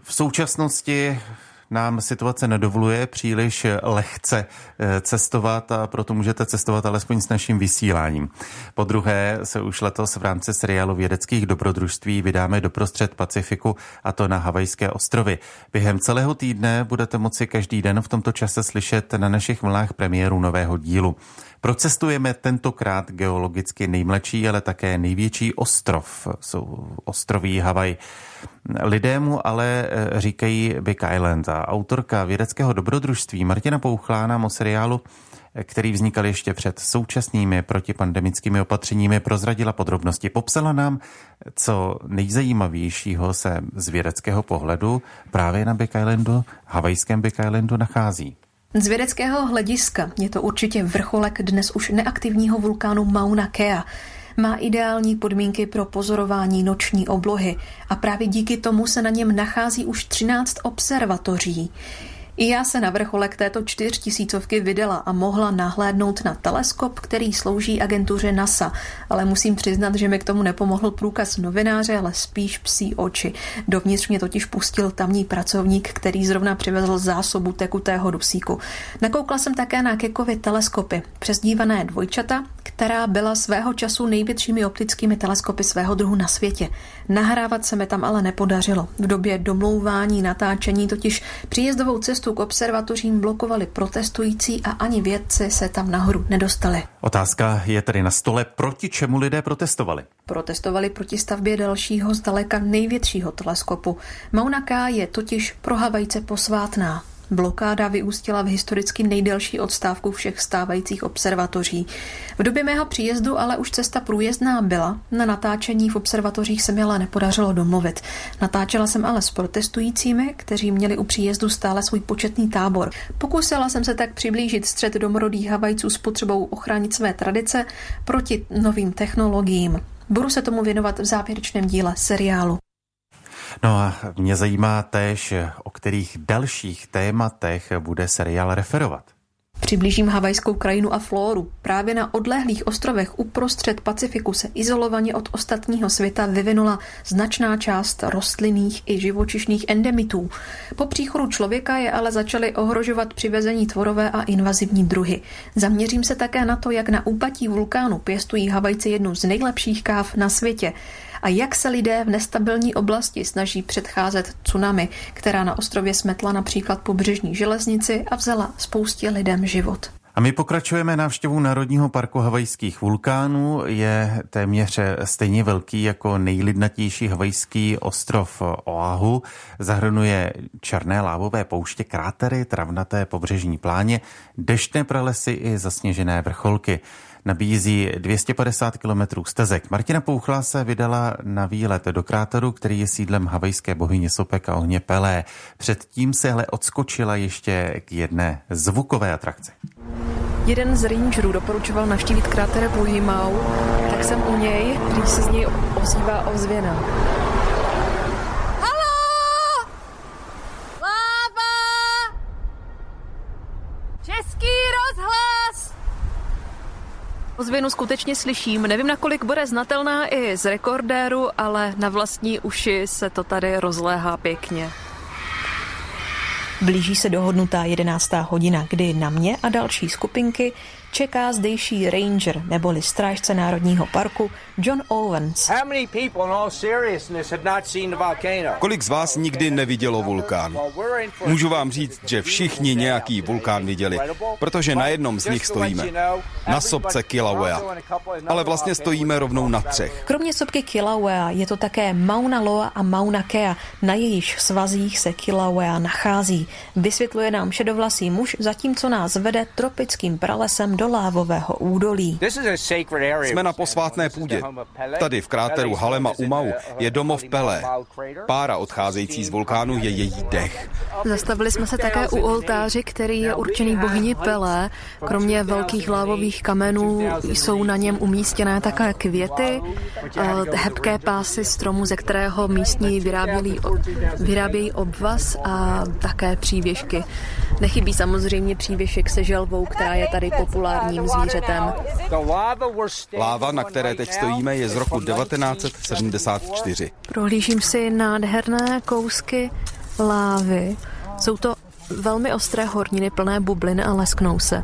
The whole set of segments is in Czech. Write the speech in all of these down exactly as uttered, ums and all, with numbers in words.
V současnosti nám situace nedovoluje příliš lehce cestovat a proto můžete cestovat alespoň s naším vysíláním. Po druhé se už letos v rámci seriálu vědeckých dobrodružství vydáme doprostřed Pacifiku, a to na Havajské ostrovy. Během celého týdne budete moci každý den v tomto čase slyšet na našich vlnách premiéru nového dílu. Procestujeme tentokrát geologicky nejmladší, ale také největší ostrov, jsou ostroví Havaj. Lidé mu ale říkají Big Island a autorka vědeckého dobrodružství Martina Pouchlá nám o seriálu, který vznikal ještě před současnými protipandemickými opatřeními, prozradila podrobnosti. Popsala nám, co nejzajímavějšího se z vědeckého pohledu právě na Big Islandu, havajském Big Islandu nachází. Z vědeckého hlediska je to určitě vrcholek dnes už neaktivního vulkánu Mauna Kea. Má ideální podmínky pro pozorování noční oblohy a právě díky tomu se na něm nachází už třináct observatoří. I já se na vrcholek této čtyřtisícovky vydala a mohla nahlédnout na teleskop, který slouží agentuře NASA, ale musím přiznat, že mi k tomu nepomohl průkaz novináře, ale spíš psí oči. Dovnitř mě totiž pustil tamní pracovník, který zrovna přivezl zásobu tekutého dusíku. Nakoukla jsem také na Kekovy teleskopy, přezdívané dvojčata, která byla svého času největšími optickými teleskopy svého druhu na světě. Nahrávat se mi tam ale nepodařilo. V době domlouvání natáčení totiž příjezdovou cestu k observatořím blokovali protestující a ani vědci se tam nahoru nedostali. Otázka je tedy na stole, proti čemu lidé protestovali? Protestovali proti stavbě dalšího zdaleka největšího teleskopu. Mauna Kea je totiž pro Havajce posvátná. Blokáda vyústila v historicky nejdelší odstávku všech stávajících observatoří. V době mého příjezdu ale už cesta průjezdná byla. Na natáčení v observatořích se mi ale nepodařilo domluvit. Natáčela jsem ale s protestujícími, kteří měli u příjezdu stále svůj početný tábor. Pokusila jsem se tak přiblížit střet domorodých Havajců s potřebou ochránit své tradice proti novým technologiím. Budu se tomu věnovat v závěrečném díle seriálu. No a mě zajímá též, o kterých dalších tématech bude seriál referovat. Přiblížím havajskou krajinu a flóru. Právě na odlehlých ostrovech uprostřed Pacifiku se izolovaně od ostatního světa vyvinula značná část rostlinných i živočišných endemitů. Po příchodu člověka je ale začaly ohrožovat přivezení tvorové a invazivní druhy. Zaměřím se také na to, jak na úpatí vulkánu pěstují Havajci jednu z nejlepších káv na světě a jak se lidé v nestabilní oblasti snaží předcházet tsunami, která na ostrově smetla například pobřežní železnici a vzala spoustě lidem život. A my pokračujeme návštěvou Národního parku havajských vulkánů. Je téměř stejně velký jako nejlidnatější havajský ostrov Oahu. Zahrnuje černé lávové pouště, krátery, travnaté pobřežní pláně, deštné pralesy i zasněžené vrcholky. Nabízí dvě stě padesát kilometrů stezek. Martina Pouchlá se vydala na výlet do kráteru, který je sídlem havajské bohyně sopek a ohně Pelé. Předtím se ale odskočila ještě k jedné zvukové atrakci. Jeden z rangerů doporučoval navštívit kráter Buhimau, tak jsem u něj, když se z něj ozývá ozvěna. Haló! Láva! Český rozhlas! Ozvěnu skutečně slyším, nevím, nakolik bude znatelná i z rekordéru, ale na vlastní uši se to tady rozléhá pěkně. Blíží se dohodnutá jedenáctá hodina, kdy na mě a další skupinky čeká zdejší ranger neboli strážce Národního parku John Owens. Kolik z vás nikdy nevidělo vulkán? Můžu vám říct, že všichni nějaký vulkán viděli, protože na jednom z nich stojíme. Na sopce Kilauea. Ale vlastně stojíme rovnou na třech. Kromě sopky Kilauea je to také Mauna Loa a Mauna Kea, na jejíž svazích se Kilauea nachází. Vysvětluje nám šedovlasý muž, zatímco nás vede tropickým pralesem do lávového údolí. Jsme na posvátné půdě. Tady v kráteru Halema Umau je domov Pelé. Pára odcházející z vulkánu je její dech. Zastavili jsme se také u oltáře, který je určený bohyni Pelé. Kromě velkých lávových kamenů jsou na něm umístěné také květy, hebké pásy stromu, ze kterého místní vyrábějí, vyrábějí obvaz a také přívěšky. Nechybí samozřejmě přívěšek se želvou, která je tady populárním zvířetem. Láva, na které teď stojíme, je z roku devatenáct set sedmdesát čtyři. Prohlížím si nádherné kousky lávy. Jsou to velmi ostré horniny plné bublin a lesknou se.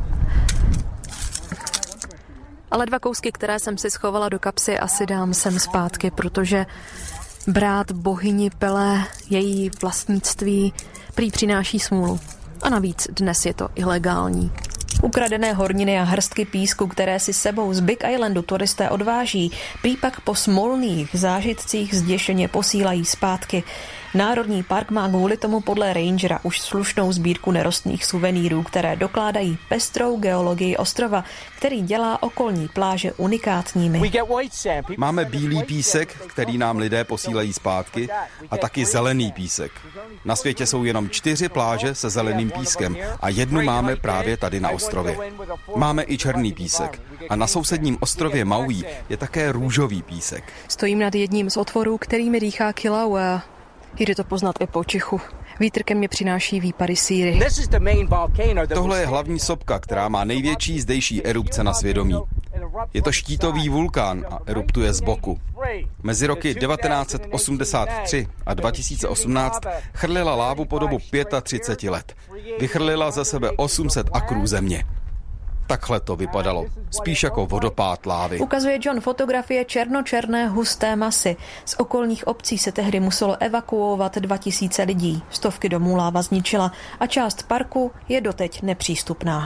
Ale dva kousky, které jsem si schovala do kapsy, asi dám sem zpátky, protože brát bohyni Pelé, její vlastnictví, prý přináší smůlu. A navíc dnes je to ilegální. Ukradené horniny a hrstky písku, které si sebou z Big Islandu turisté odváží, prý pak po smolných zážitcích zděšeně posílají zpátky. Národní park má kvůli tomu podle rangera už slušnou sbírku nerostných suvenýrů, které dokládají pestrou geologii ostrova, který dělá okolní pláže unikátními. Máme bílý písek, který nám lidé posílají zpátky, a taky zelený písek. Na světě jsou jenom čtyři pláže se zeleným pískem a jednu máme právě tady na ostrově. Máme i černý písek a na sousedním ostrově Maui je také růžový písek. Stojím nad jedním z otvorů, kterými dýchá Kilauea. Jde to poznat i po čichu. Vítr ke mně přináší výpary síry. Tohle je hlavní sopka, která má největší zdejší erupce na svědomí. Je to štítový vulkán a eruptuje z boku. Mezi roky devatenáct set osmdesát tři a dva tisíce osmnáct chrlila lávu po dobu třicet pět let. Vychrlila ze sebe osm set akrů země. Takhle to vypadalo. Spíš jako vodopád lávy. Ukazuje John fotografie černočerné husté masy. Z okolních obcí se tehdy muselo evakuovat dva tisíce lidí. Stovky domů láva zničila a část parku je doteď nepřístupná.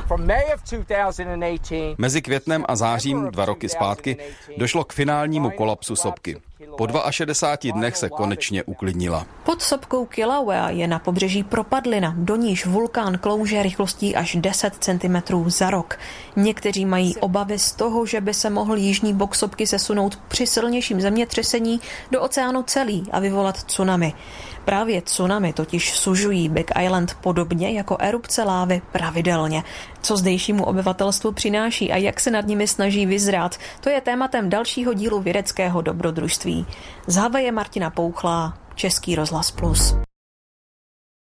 Mezi květnem a zářím dva roky zpátky došlo k finálnímu kolapsu sopky. Po šedesáti dvou dnech se konečně uklidnila. Pod sopkou Kilauea je na pobřeží propadlina, do níž vulkán klouže rychlostí až deset centimetrů za rok. Někteří mají obavy z toho, že by se mohl jižní bok sopky sesunout při silnějším zemětřesení do oceánu celý a vyvolat tsunami. Právě tsunami totiž sužují Big Island podobně jako erupce lávy pravidelně. Co zdejšímu obyvatelstvu přináší a jak se nad nimi snaží vyzrát, to je tématem dalšího dílu vědeckého dobrodružství. Z Havaje Martina Pouchlá, Český rozhlas Plus.